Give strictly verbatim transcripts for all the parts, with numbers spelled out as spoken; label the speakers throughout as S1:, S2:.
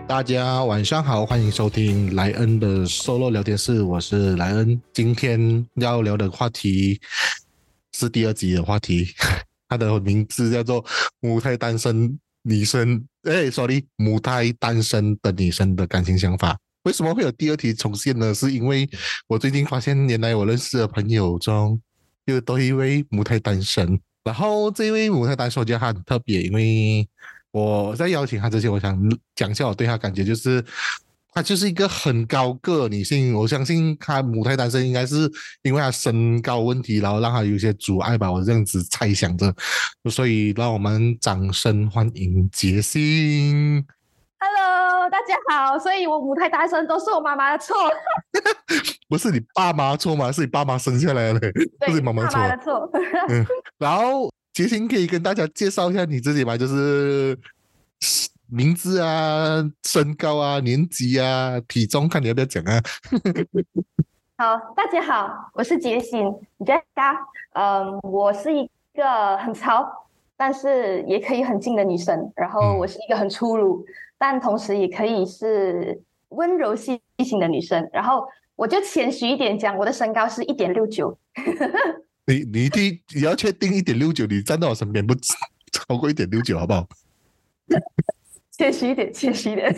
S1: 大家晚上好，欢迎收听莱恩的 Solo 聊天室，我是莱恩。今天要聊的话题是第二集的话题，它的名字叫做母胎单身女生，哎，sorry，母胎单身的女生的感情想法。为什么会有第二题重现呢？是因为我最近发现，原来我认识的朋友中有多一位母胎单身。然后这位母胎单身，我觉得他很特别，因为我在邀请她之前，我想讲一下我对她感觉，就是她就是一个很高个女性。我相信她母胎单身应该是因为她身高问题，然后让她有一些阻碍吧，我这样子猜想着。所以让我们掌声欢迎杰心。
S2: Hello，大家好。所以我母胎单身都是我妈妈的错。
S1: 不是你爸妈错吗？是你爸妈生下来的，不是你妈妈错。
S2: 爸妈的错。
S1: 嗯，然后杰心可以跟大家介绍一下你自己吗？就是名字啊、身高啊、年纪啊、体重，看你要不要讲啊？
S2: 好，大家好，我是杰心 Jessica。嗯，我是一个很潮，但是也可以很静的女生。然后我是一个很粗鲁，嗯、但同时也可以是温柔细心的女生。然后我就谦虚一点讲，我的身高是一点六九。
S1: 你你一定你要确定一点六九，你站在我身边不超过一点六九，好不好？
S2: 谦虚一点，谦虚一点。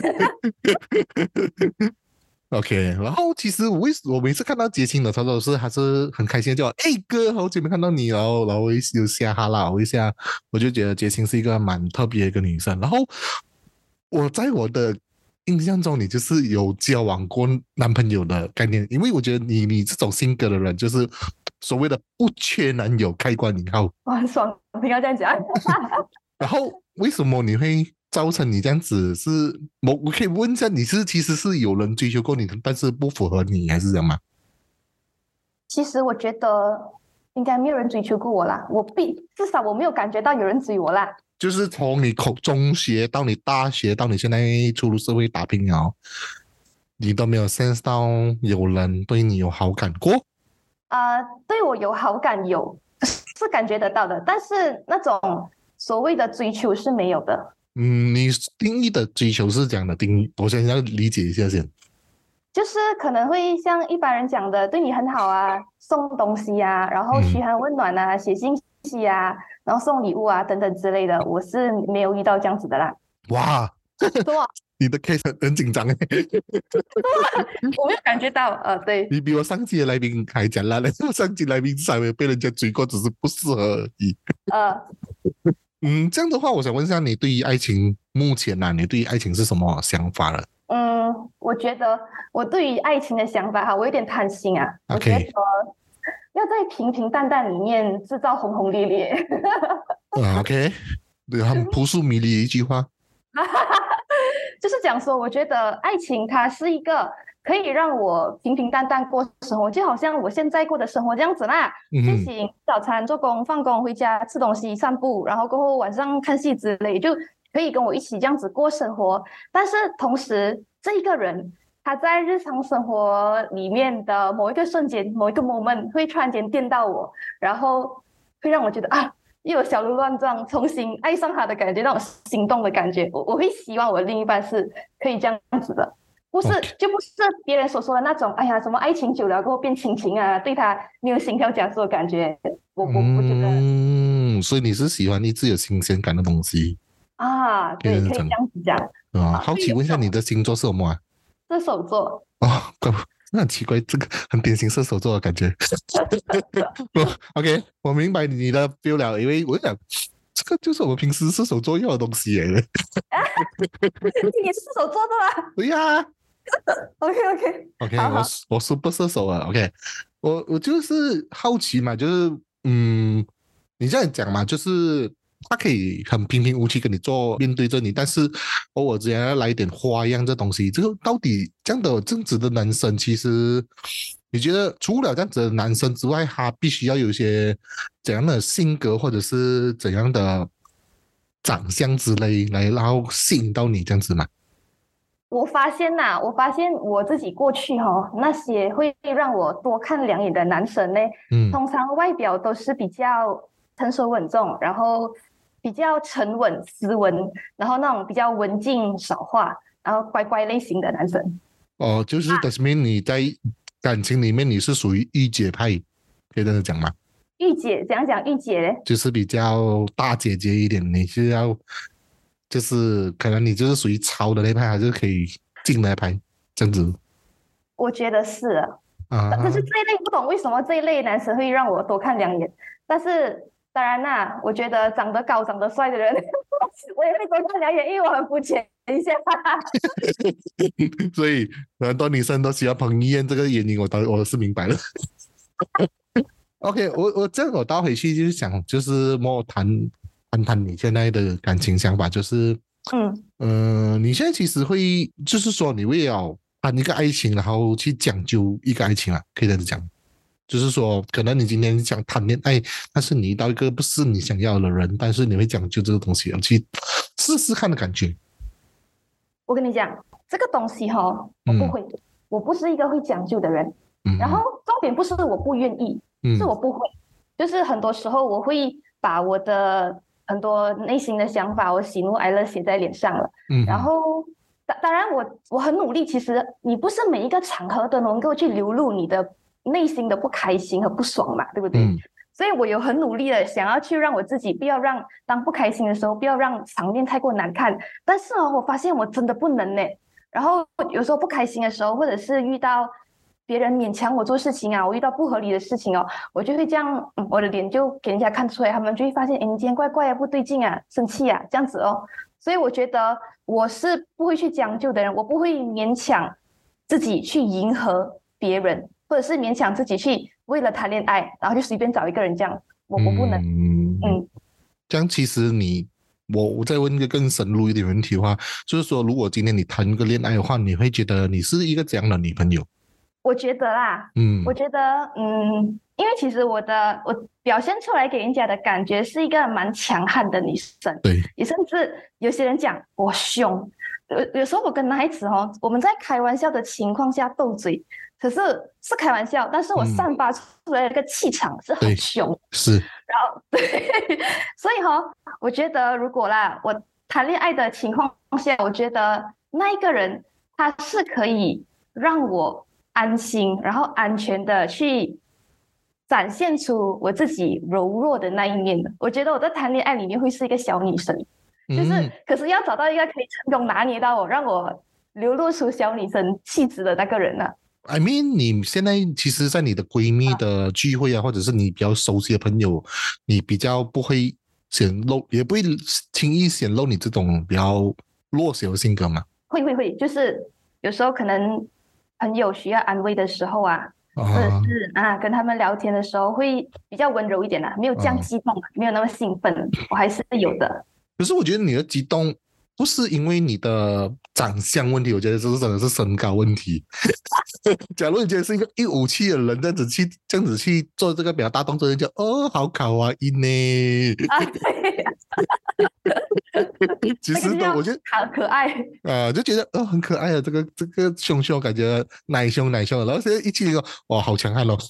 S1: OK， 然后其实我我每次看到杰心的时候，都是还是很开心的叫，哎哥，好久没看到你，然后然后又下哈啦我一下，我就觉得杰心是一个蛮特别的一个女生。然后我在我的印象中，你就是有交往过男朋友的概念，因为我觉得你你这种性格的人，就是所谓的不缺男友，开关引号。
S2: 我很爽，不要这样讲。
S1: 然后为什么你会造成你这样子？是我我可以问一下，你是其实是有人追求过你，但是不符合你，还是这样吗？
S2: 其实我觉得应该没有人追求过我啦，我必至少我没有感觉到有人追我啦。
S1: 就是从你中学到你大学到你现在出入社会打拼哦，你都没有 sense 到有人对你有好感过？
S2: 呃，对我有好感有是感觉得到的，但是那种所谓的追求是没有的。
S1: 嗯，你定义的追求是这样的定义，我先要理解一下先。
S2: 就是可能会像一般人讲的，对你很好啊，送东西啊，然后嘘寒问暖啊，写信息啊，然后送礼物啊等等之类的，我是没有遇到这样子的啦。
S1: 哇，
S2: 哇，
S1: 你的 case 很紧张哎。
S2: 我没有感觉到，呃，对，
S1: 你比我上期的来宾还讲啦，我上期来宾至少有被人家追过，只是不适合而已。
S2: 呃，
S1: 嗯，这样的话，我想问一下，你对于爱情目前呢、啊，你对于爱情是什么想法了？
S2: 嗯，我觉得我对于爱情的想法哈，我有点贪心啊。
S1: Okay.
S2: 我觉得要在平平淡淡里面制造轰轰烈烈。
S1: 啊 ，OK， 对，很扑朔迷离的一句话。
S2: 就是讲说，我觉得爱情它是一个可以让我平平淡淡过生活，就好像我现在过的生活这样子啦。睡醒、早餐、做工、放工、回家、吃东西、散步，然后过后晚上看戏之类，就可以跟我一起这样子过生活。但是同时，这一个人他在日常生活里面的某一个瞬间、某一个 moment 会突然间电到我，然后会让我觉得啊。又有小鹿乱撞，重新爱上他的感觉，那种心动的感觉，我我会希望我的另一半是可以这样子的，不是
S1: Okay.
S2: 就不是别人所说的那种，哎呀，什么爱情久了过后变亲情啊，对他没有心跳加速的感觉，我我我觉得，
S1: 嗯，所以你是喜欢一直有新鲜感的东西
S2: 啊，对，可以这样子讲
S1: 啊。好奇问一下，你的星座是什么啊？
S2: 射手座。
S1: 哦，那很奇怪，这个很典型射手座的感觉。OK， 我明白你的 feel 了，因为我想这个就是我们平时射手座要的东西耶。
S2: 你也是射手座的吗？
S1: 对呀、啊。
S2: OK OK
S1: OK，
S2: 好好
S1: 我我是不射手啊。OK， 我我就是好奇嘛，就是嗯，你这样讲嘛，就是他可以很平平无奇跟你做面对着你，但是偶尔之间要来一点花样这东西，这个到底这样的正直的男生，其实你觉得除了这样子的男生之外，他必须要有一些怎样的性格或者是怎样的长相之类来然后吸引到你这样子嘛？
S2: 我发现呐、啊，我发现我自己过去哦，那些会让我多看两眼的男生呢，嗯，通常外表都是比较成熟稳重，然后比较沉稳斯文，然后那种比较文静少话， 然后乖乖类型的男生。
S1: 哦，就是 that mean 你在感情里面你是属于御姐派，可以这样讲吗？
S2: 御姐怎样讲？御姐嘞，
S1: 就是比较大姐姐一点，你是要就是可能你就是属于超的那派，还是可以进那派这样子
S2: 我觉得是啊。
S1: 啊？
S2: 但是这一类不懂为什么这一类男生会让我多看两眼，但是当然啦，我觉得长得高长得帅的人我也会多看两眼，因为我很肤浅一下
S1: 所以很多女生都喜欢彭于晏这个原因，我当我是明白了。OK， 我我这样我倒回去就是想，就是莫谈谈谈你现在的感情想法，就是嗯呃，你现在其实会就是说你为了谈一个爱情，然后去讲究一个爱情啊，可以这样讲。就是说，可能你今天想谈恋爱，但是你遇到一个不是你想要的人，但是你会讲究这个东西，去试试看的感觉。
S2: 我跟你讲，这个东西哈、哦，我不会、嗯，我不是一个会讲究的人。嗯、然后重点不是我不愿意，嗯、是我不会。就是很多时候我会把我的很多内心的想法，我喜怒哀乐写在脸上了。嗯、然后当当然我我很努力，其实你不是每一个场合都能够去流露你的内心的不开心和不爽嘛，对不对？嗯、所以我有很努力的想要去让我自己不要让当不开心的时候不要让场面太过难看，但是哦，我发现我真的不能呢。然后有时候不开心的时候，或者是遇到别人勉强我做事情啊，我遇到不合理的事情哦，我就会这样、嗯、我的脸就给人家看出来，他们就会发现诶，你今天怪怪啊，不对劲啊，生气啊，这样子哦。所以我觉得我是不会去将就的人，我不会勉强自己去迎合别人，或者是勉强自己去为了谈恋爱然后就随便找一个人这样，我我不能。嗯嗯，
S1: 这样其实你我我再问一个更深入一点问题的话，就是说如果今天你谈一个恋爱的话，你会觉得你是一个怎样的女朋友？
S2: 我觉得啦，嗯，我觉得嗯，因为其实我的我表现出来给人家的感觉是一个蛮强悍的女生，
S1: 对，
S2: 也甚至有些人讲我凶，有有时候我跟男孩子哦，我们在开玩笑的情况下斗嘴，可是是开玩笑，但是我散发出来的一个气场是很凶，
S1: 是，
S2: 然后对，所以哈、哦，我觉得如果啦，我谈恋爱的情况下，我觉得那一个人他是可以让我安心，然后安全的去展现出我自己柔弱的那一面的。我觉得我在谈恋爱里面会是一个小女生，嗯、就是，可是要找到一个可以成功拿捏到我，让我流露出小女生气质的那个人呢、啊。
S1: I mean， 你现在其实，在你的闺蜜的聚会啊，啊或者是你比较熟悉的朋友，你比较不会显露，也不会轻易显露你这种比较弱小的性格嘛？
S2: 会会会，就是有时候可能朋友需要安慰的时候啊，啊或者是啊跟他们聊天的时候，会比较温柔一点啦、啊，没有这样激动、啊，没有那么兴奋，我还是有的。
S1: 可是我觉得你的激动不是因为你的长相问题，我觉得这是真的是身高问题。假如你觉得是一个一五七的人，这样子去这样子去做这个比较大动作，就哦好卡哇伊呢。啊，其实都我觉得
S2: 好可爱
S1: 啊、呃，就觉得哦很可爱的这个这个胸胸，感觉奶胸奶胸的，然后现在一起说哇好强悍哦。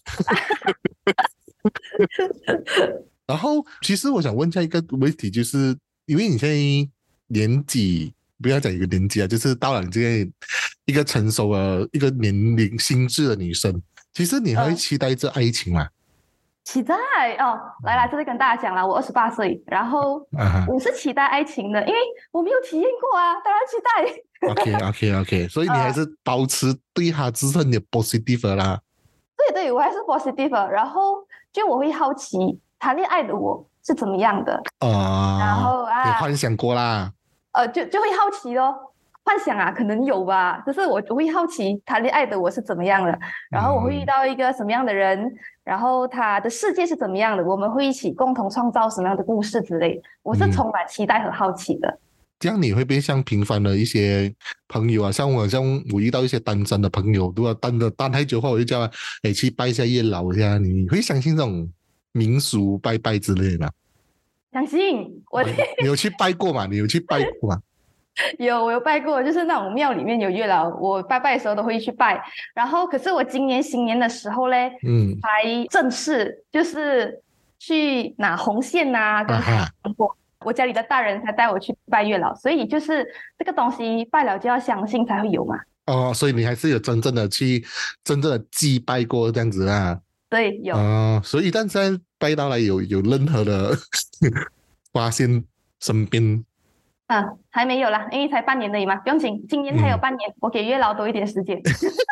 S1: 然后其实我想问一下一个问题，就是因为你现在年纪不要讲一个年纪啊，就是到了你这个一个成熟的一个年龄心智的女生，其实你会期待着爱情吗？
S2: 期待哦，来来，这里跟大家讲了，我二十八岁，然后我是期待爱情的，因为我没有体验过啊，当然期待。
S1: OK OK OK， 所以你还是保持对他自身的 positive 啦。
S2: 对对，我还是 positive， 然后就我会好奇谈恋爱的我是怎么样的
S1: 啊、
S2: 呃，然后啊，
S1: 你幻想过啦，
S2: 呃，就就会好奇咯。幻想啊，可能有吧，就是我我会好奇谈恋爱的我是怎么样的，然后我会遇到一个什么样的人，嗯、然后他的世界是怎么样的，我们会一起共同创造什么样的故事之类，我是充满期待和好奇的。嗯、
S1: 这样你会不会像平凡的一些朋友啊，像我像我遇到一些单身的朋友，如果单的单太久的话，我就叫他哎去拜一下月老一下，你会相信这种民俗拜拜之类的吗？
S2: 相信我，
S1: 你有去拜过吗？你有去拜过吗？
S2: 有，我有拜过，就是那种庙里面有月老，我拜拜的时候都会去拜。然后，可是我今年新年的时候嘞，嗯，才正式就是去拿红线啊，跟糖果， 我家里的大人才带我去拜月老，所以就是这个东西拜了就要相信才会有嘛。
S1: 哦，所以你还是有真正的去真正的祭拜过这样子啊？
S2: 对，有。
S1: 哦，所以一旦现在拜到来有有任何的发现身边，
S2: 嗯，还没有啦，因为才半年而已嘛，不用紧，今年还有半年，嗯、我给月老多一点时间。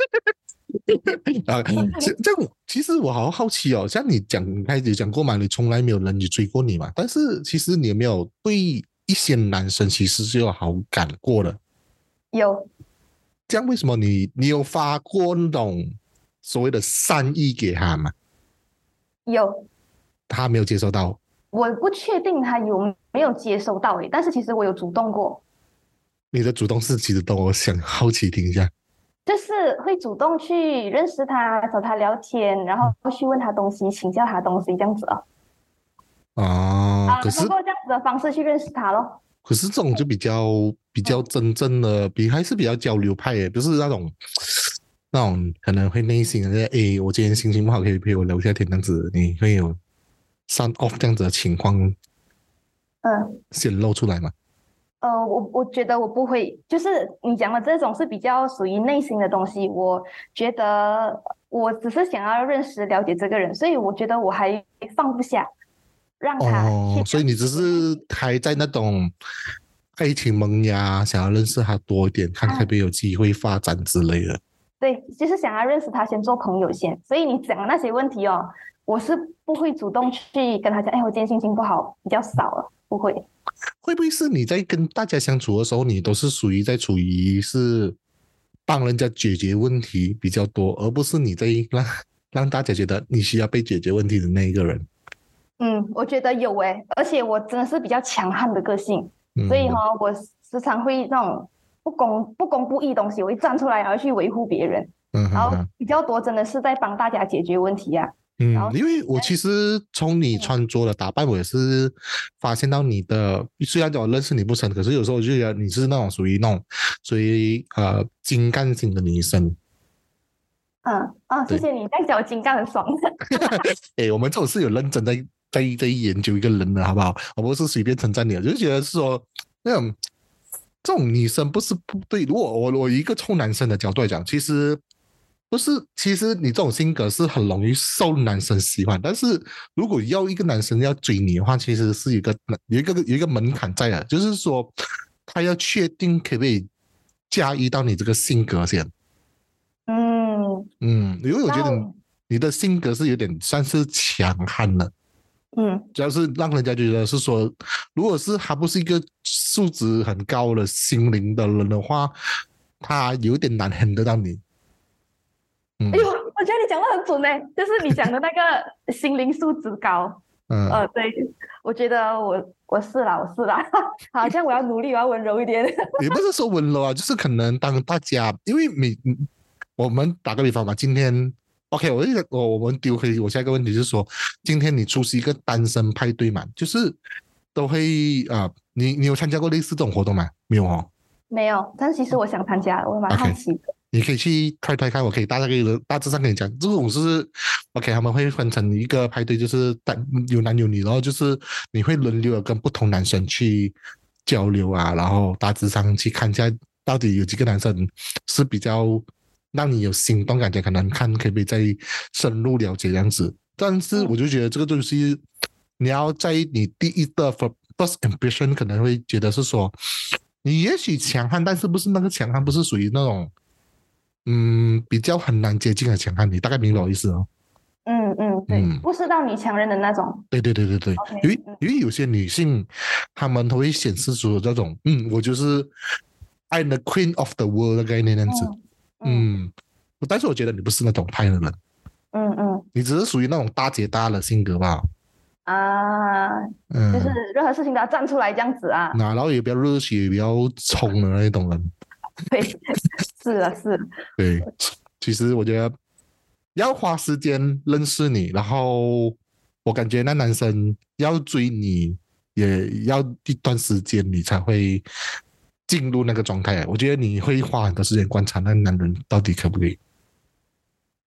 S1: 啊，这这样其实我好好奇哦，像你讲开始讲过嘛，你从来没有人去追过你嘛，但是其实你有没有对一些男生其实是有好感过的？
S2: 有。
S1: 这样为什么你你有发过那种所谓的善意给他吗？
S2: 有。
S1: 他没有接受到。
S2: 我不确定他有没有接收到诶，但是其实我有主动过。
S1: 你的主动是其实都我想好奇听一下。
S2: 就是会主动去认识他，找他聊天，然后去问他东西，请教他东西，这样子哦。
S1: 哦，
S2: 啊，
S1: 可是
S2: 通过这样子的方式去认识他咯。
S1: 可是这种就比较比较真正的，比还是比较交流派耶，不是那种那种可能会内心的，诶，我今天心情不好，可以陪我聊一下天这样子，你会有 sound off 这样子的情况，
S2: 嗯，
S1: 显露出来吗？
S2: 呃，我我觉得我不会，就是你讲的这种是比较属于内心的东西。我觉得我只是想要认识、了解这个人，所以我觉得我还放不下，让他去。
S1: 哦，所以你只是还在那种爱情萌芽，想要认识他多一点，看看会不会有机会发展之类的。
S2: 对，就是想要认识他，先做朋友先。所以你讲的那些问题哦，我是不会主动去跟他讲，哎，我今天心情不好，比较少了，不会。
S1: 会不会是你在跟大家相处的时候，你都是属于在处于是帮人家解决问题比较多，而不是你在让让大家觉得你需要被解决问题的那一个人？
S2: 嗯，我觉得有诶，而且我真的是比较强悍的个性，
S1: 嗯、
S2: 所以哈、哦，我时常会那种不公不公不义东西，我会站出来，然后去维护别人，
S1: 嗯
S2: 然后
S1: 嗯
S2: 比较多真的是在帮大家解决问题啊。然
S1: 嗯，
S2: 后
S1: 因为我其实从你穿着的打扮，我也是发现到你的，虽然我认识你不深，可是有时候我就觉得你是那种属于那种属于呃精干型的女生。
S2: 嗯啊，谢谢你，这样讲我金刚很爽。
S1: 哎，我们这种是有认真在在在研究一个人的好不好？我不是随便称赞你的，就是觉得是说那种这种女生不是不对。如果我我以一个臭男生的角度来讲，其实不是，其实你这种性格是很容易受男生喜欢。但是如果要一个男生要追你的话，其实是有一个有一个有一个门槛在的，就是说他要确定可不可以驾驭到你这个性格先。
S2: 嗯
S1: 嗯，因为我觉得
S2: 那
S1: 你的性格是有点算是强悍的。
S2: 嗯
S1: 主要是让人家觉得是说，如果是他不是一个素质很高的心灵的人的话，他有点难 handle 到你。嗯
S2: 哎呦，我觉得你讲的很准呢，就是你讲的那个心灵素质高。
S1: 嗯，
S2: 呃，对，我觉得我我是啦，我是啦，好像我要努力，我要温柔一点。
S1: 也不是说温柔啊，就是可能当大家因为每我们打个比方嘛，今天 OK，我我我们丢回我下一个问题就是说，今天你出席一个单身派对嘛，就是都会啊、呃，你你有参加过类似这种活动吗？没有哦。
S2: 没有，但是其实我想参加，我蛮好奇的。
S1: 你可以去推推看，我可以大概给大致上跟你讲，这种是 OK，他们会分成一个派对，就是单有男有女，然后就是你会轮流的跟不同男生去交流啊，然后大致上去看一下到底有几个男生是比较让你有心动感觉，可能看可不可以再深入了解这样子。但是我就觉得这个东西，你要在你第一个 first impression 可能会觉得是说，你也许强悍，但是不是那个强悍，不是属于那种。嗯，比较很难接近的强悍，你大概明白我意思哦。
S2: 嗯嗯，对，嗯、不是让你强人的那种。
S1: 对对对对对，
S2: okay,
S1: 因为因为有些女性，她们都会显示出这种，嗯，我就是 I'm the queen of the world 的概念那样子。嗯，嗯，但是我觉得你不是那种派的人。
S2: 嗯嗯，
S1: 你只是属于那种大姐大的性格吧。
S2: 啊，嗯，就是任何事情都要站出来这样子啊。
S1: 那然后也比较热血，也比较冲的那种人。
S2: 对，是啊，是。
S1: 对，其实我觉得要花时间认识你，然后我感觉那男生要追你，也要一段时间你才会进入那个状态。我觉得你会花很多时间观察那男人到底可不可以。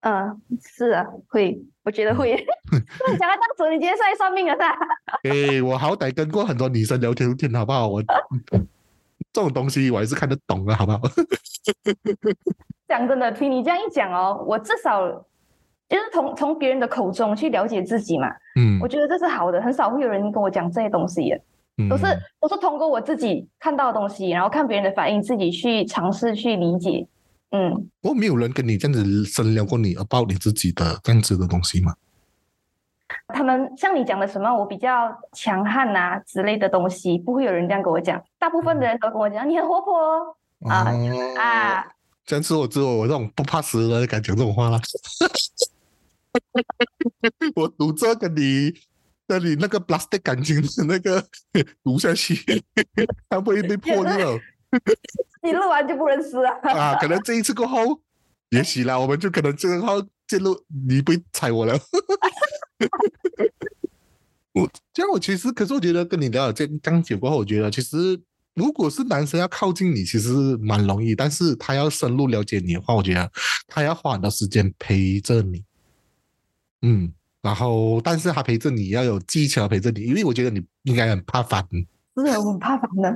S2: 嗯，是啊，会，我觉得会。你讲到这样子，你今天是来算命的是吧？
S1: 诶，我好歹跟过很多女生聊天天，好不好？我这种东西我还是看得懂的，好不好？
S2: 讲真的，听你这样一讲哦，我至少就是从从别人的口中去了解自己嘛。
S1: 嗯，
S2: 我觉得这是好的，很少会有人跟我讲这些东西的，
S1: 嗯
S2: 都是都是通过我自己看到的东西，然后看别人的反应，自己去尝试去理解。嗯，
S1: 我没有人跟你这样子深聊过你 about 你自己的这样子的东西吗？
S2: 他们像你讲的什么，我比较强悍呐、之类的东西，不会有人这样跟我讲。大部分的人都跟我讲你很活泼哦啊
S1: 哦，
S2: 啊，
S1: 这样子我只有我这种不怕死的人敢讲这种话啦。我赌这跟你跟你那个 plastic 感情的那个读下去，它不会被破掉
S2: 你录完就不认识了。
S1: 啊！可能这一次过后，也许啦，我们就可能最后进入你不会踩我了。我这样我其实，可是我觉得跟你聊了这这样久过后，我觉得其实如果是男生要靠近你，其实蛮容易，但是他要深入了解你的话，我觉得他要花很多时间陪着你，嗯，然后但是他陪着你要有技巧陪着你，因为我觉得你应该很怕烦。
S2: 是啊，我很怕烦的。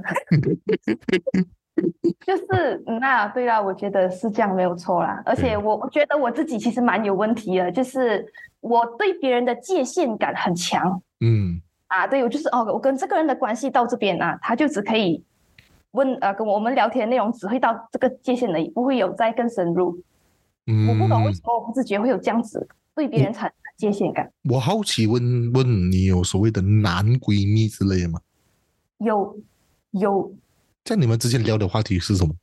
S2: 就是嗯那对啦，我觉得是这样没有错啦。而且我我觉得我自己其实蛮有问题的，就是我对别人的界限感很强。
S1: 嗯
S2: 啊，对，我就是哦，我跟这个人的关系到这边啊，他就只可以问呃，跟我们聊天的内容只会到这个界限而已，不会有再更深入。
S1: 嗯，
S2: 我不懂为什么我不自觉会有这样子对别人产生界限感。
S1: 我好奇问问你有所谓的男闺蜜之类的吗？
S2: 有有
S1: 像你们之前聊的话题是什么？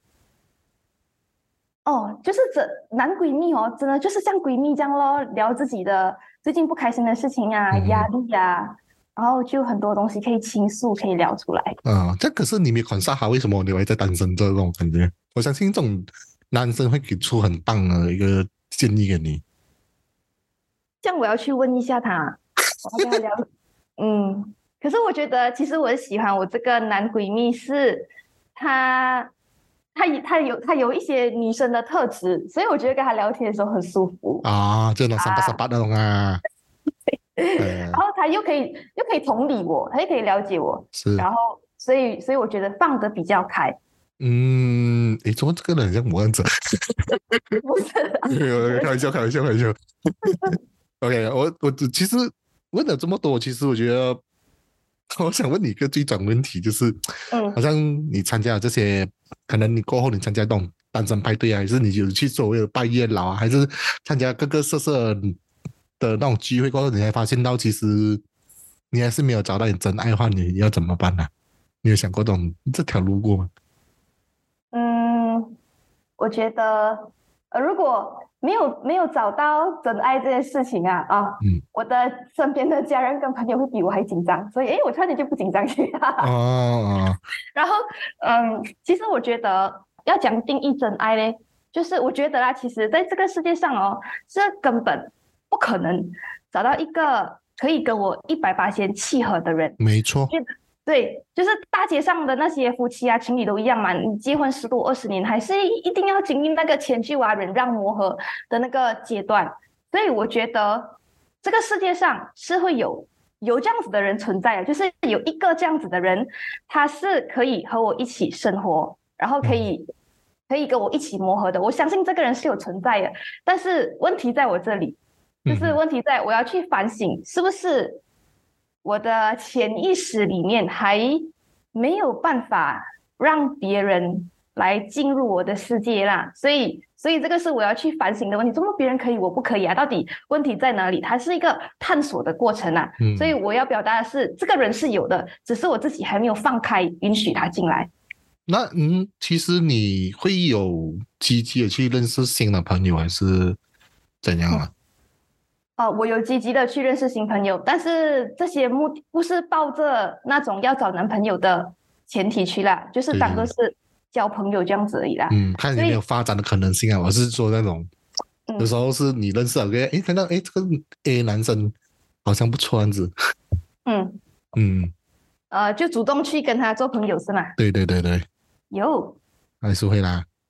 S2: 哦，就是这男闺蜜哦，真的就是像闺蜜这样咯，聊自己的最近不开心的事情啊、
S1: 嗯
S2: 压力啊，然后就很多东西可以倾诉，可以聊出来。
S1: 啊，这可是你没款上他，为什么你会在单身这种感觉？我相信这种男生会给出很棒的一个建议给你。
S2: 这样我要去问一下他，我要跟他聊。嗯，可是我觉得其实我喜欢我这个男闺蜜是他，他他有他有一些女生的特质，所以我觉得跟他聊天的时候很舒服
S1: 啊，就那三八三八那种啊，
S2: 然后他又可以又可以同理我，他又可以了解我，
S1: 是，
S2: 然后所以所以我觉得放得比较开。
S1: 嗯，诶，怎么这个人很像我样子？
S2: 不是啊
S1: 开玩笑，开玩笑，开玩笑。OK，我我其实问了这么多，其实我觉得，我想问你一个最转问题，就是，
S2: 嗯
S1: 好像你参加了这些，可能你过后你参加那种单身派对啊，还是你有去所谓的拜月老啊，还是参加各个色色的那种聚会过后，你才发现到其实你还是没有找到你真爱的话，你要怎么办呢、啊？你有想过这种这条路过吗？
S2: 嗯，我觉得呃，如果没有没有找到真爱这件事情啊啊，
S1: 嗯，
S2: 我的身边的家人跟朋友会比我还紧张，所以诶，我突然间就不紧张起来。
S1: 哦，
S2: 然后嗯，其实我觉得要讲定义真爱嘞，就是我觉得啦，其实在这个世界上哦，是根本不可能找到一个可以跟我一百八千契合的人。
S1: 没错，
S2: 对，就是大街上的那些夫妻啊、情侣都一样嘛。你结婚十多二十年，还是一定要经历那个迁就啊、忍让、磨合的那个阶段。所以我觉得这个世界上是会有有这样子的人存在的，就是有一个这样子的人，他是可以和我一起生活，然后可以、嗯、可以跟我一起磨合的。我相信这个人是有存在的，但是问题在我这里，就是问题在我要去反省，是不是？我的潜意识里面还没有办法让别人来进入我的世界啦，所以所以这个是我要去反省的问题，怎么别人可以我不可以啊？到底问题在哪里？它是一个探索的过程啊，嗯、所以我要表达的是这个人是有的，只是我自己还没有放开允许他进来。
S1: 那嗯，其实你会有积极的去认识新的朋友，还是怎样啊？嗯
S2: 哦，我有积极的去认识新朋友，但是这些目的不是抱着那种要找男朋友的前提去啦，就是当作是交朋友这样子而已啦。
S1: 嗯，看有没有发展的可能性啊。我是说那种，
S2: 嗯、
S1: 有时候是你认识了个，哎，看到哎这个 A 男生好像不错样子，
S2: 嗯
S1: 嗯，
S2: 呃，就主动去跟他做朋友是吗？
S1: 对对对对，
S2: 有，
S1: 还是会啦。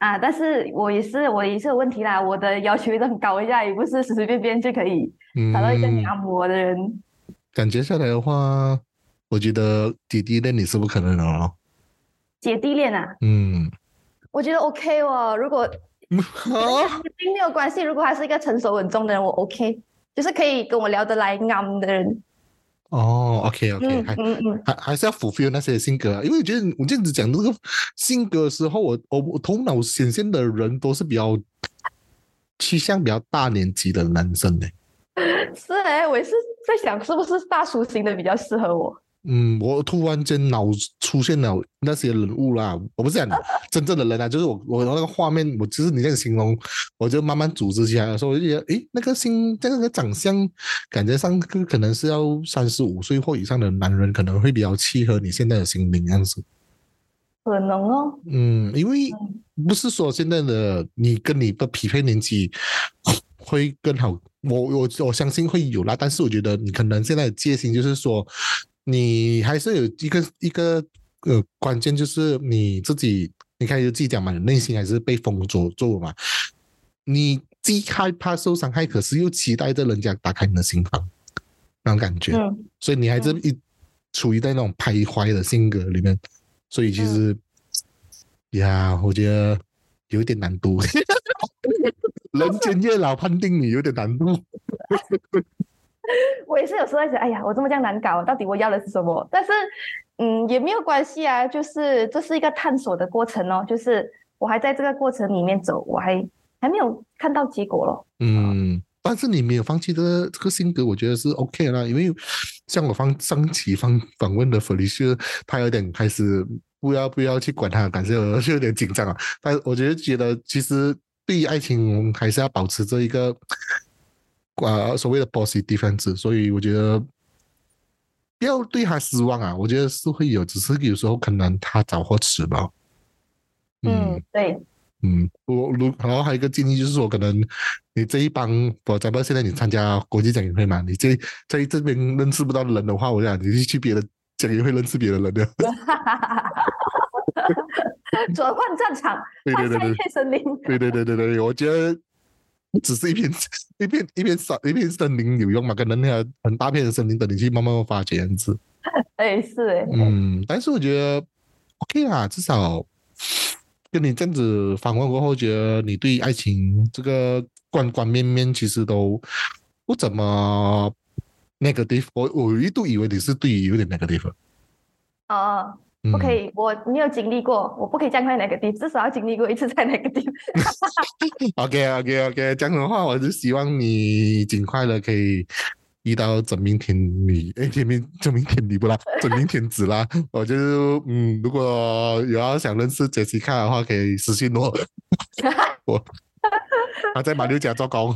S2: 啊，但是我也是我也是有问题啦，我的要求也是很高一下，也不是随随便便就可以找到一个
S1: 嗯，
S2: 按摩的人。
S1: 感觉下来的话，我觉得姐弟恋你是不可能的哦。
S2: 姐弟恋啊，
S1: 嗯，
S2: 我觉得 OK 哦，如果可能跟
S1: 啊，
S2: 年龄没有关系，如果他是一个成熟稳重的人，我 OK，就是可以跟我聊得来、啱的人。
S1: 哦，OK OK，
S2: 嗯
S1: 还
S2: 嗯嗯，
S1: 还还是要 fulfill 那些性格啊，因为我觉得我这样子讲这个性格的时候，我我我头脑显现的人都是比较趋向比较大年纪的男生呢。
S2: 是哎，我也是在想，是不是大叔型的比较适合我？
S1: 嗯，我突然间脑出现了那些人物啦，我不是讲真正的人啊，就是我我那个画面，我就是你这样形容，我就慢慢组织起来的时候，我就觉得，诶，那个心，这个长相，感觉上可能是要三十五岁或以上的男人，可能会比较契合你现在的心灵样子。
S2: 可能哦。
S1: 嗯，因为
S2: 嗯
S1: 不是说现在的你跟你的匹配年纪会更好，我我我相信会有啦，但是我觉得你可能现在的戒心就是说，你还是有一个一个呃关键就是你自己，你开始自己讲嘛，你内心还是被封锁住嘛，你既害怕受伤害，可是又期待着人家打开你的心房，那种感觉，
S2: 嗯
S1: 所以你还是
S2: 嗯
S1: 一处于在那种徘徊的性格里面，所以其
S2: 嗯，
S1: 实呀，我觉得有一点难度。人间月老判定你有点难度。
S2: 我也是有时候在想，哎呀，我这么这样难搞，到底我要的是什么？但是，嗯，也没有关系啊，就是这是一个探索的过程哦，就是我还在这个过程里面走，我还还没有看到结果咯。
S1: 嗯，但是你没有放弃这个这个性格，我觉得是 OK 啦。因为像我方上期访访问的 Felicia，他有点开始不要不要去管他的感受，我就有点紧张啊。但我觉得觉得其实对于爱情还是要保持着一个呃所谓的 positive 分子，所以我觉得不要对他失望啊。我觉得是会有，只是有时候可能他早或迟吧。嗯。
S2: 嗯，对，
S1: 嗯，我如然后还有一个建议就是说，可能你这一帮，我咱们现在你参加国际讲演会嘛，你这在这边认识不到人的话，我想你去别的讲演会认识别的人的。
S2: 转换战场，
S1: 对对对对
S2: 换下一片森林。
S1: 对对对对对，我觉得不只是一片一片一片森一片森林有用嘛，可能那个很大片的森林等你去慢慢发掘样子。
S2: 哎，是哎，
S1: 嗯，但是我觉得 OK 啦，至少跟你这样子访问过后，觉得你对爱情这个关关面面其实都不怎么 negative。我我一度以为你是对于有点 negative。
S2: 哦，不可
S1: 嗯
S2: 以，我没有经历过，我不可以这样在 negative，至少要经历过一次在 negative。
S1: ，OK OK OK，这样的话，我就希望你尽快的可以遇到真命天女，哎，天命真命天女不啦，真命天子啦。我就嗯，如果有要想认识杰西卡的话，可以私信我，我他在马六甲做工，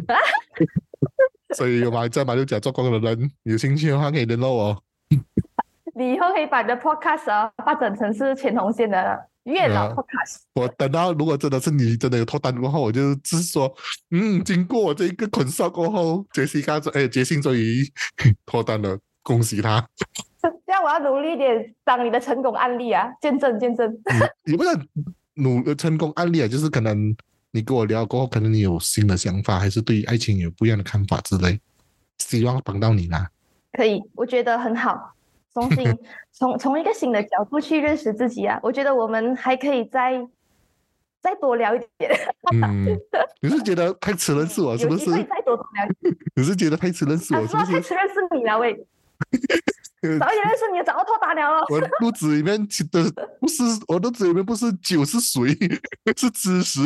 S1: 所以有马在马六甲做工的人有兴趣的话可以联络我。
S2: 你以后可以把你的 podcast 啊发展成是前红线的月老
S1: 呃，
S2: podcast。
S1: 我等到如果真的是你真的有脱单过后，我就是说，嗯，经过我这一个捆烧过后，杰西卡哎，杰信终于脱单了，恭喜他。
S2: 这样我要努力一点，当你的成功案例啊，见证见证。
S1: 嗯，也不是努成功案例啊，就是可能你跟我聊过后，可能你有新的想法，还是对于爱情有不一样的看法之类，希望帮到你啦。
S2: 可以，我觉得很好。重新从从一个新的角度去认识自己啊，我觉得我们还可以再再多聊一点。
S1: 嗯，你是觉得太迟认识我是不是？
S2: 有机会再多多聊一点。
S1: 你是觉得太迟认识
S2: 啊，
S1: 我是不是？
S2: 是啊，太迟认识你了喂，早一点认识你，早就脱单了咯。
S1: 我肚子里面其的不是我肚子里面不是酒是水，是知识。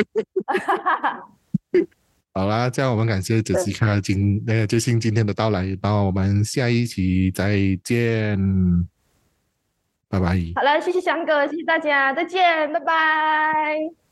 S1: 好啦，这样我们感谢杰西卡今那个杰信今天的到来，然后我们下一期再见，拜拜。
S2: 好了，谢谢翔哥，谢谢大家，再见，拜拜。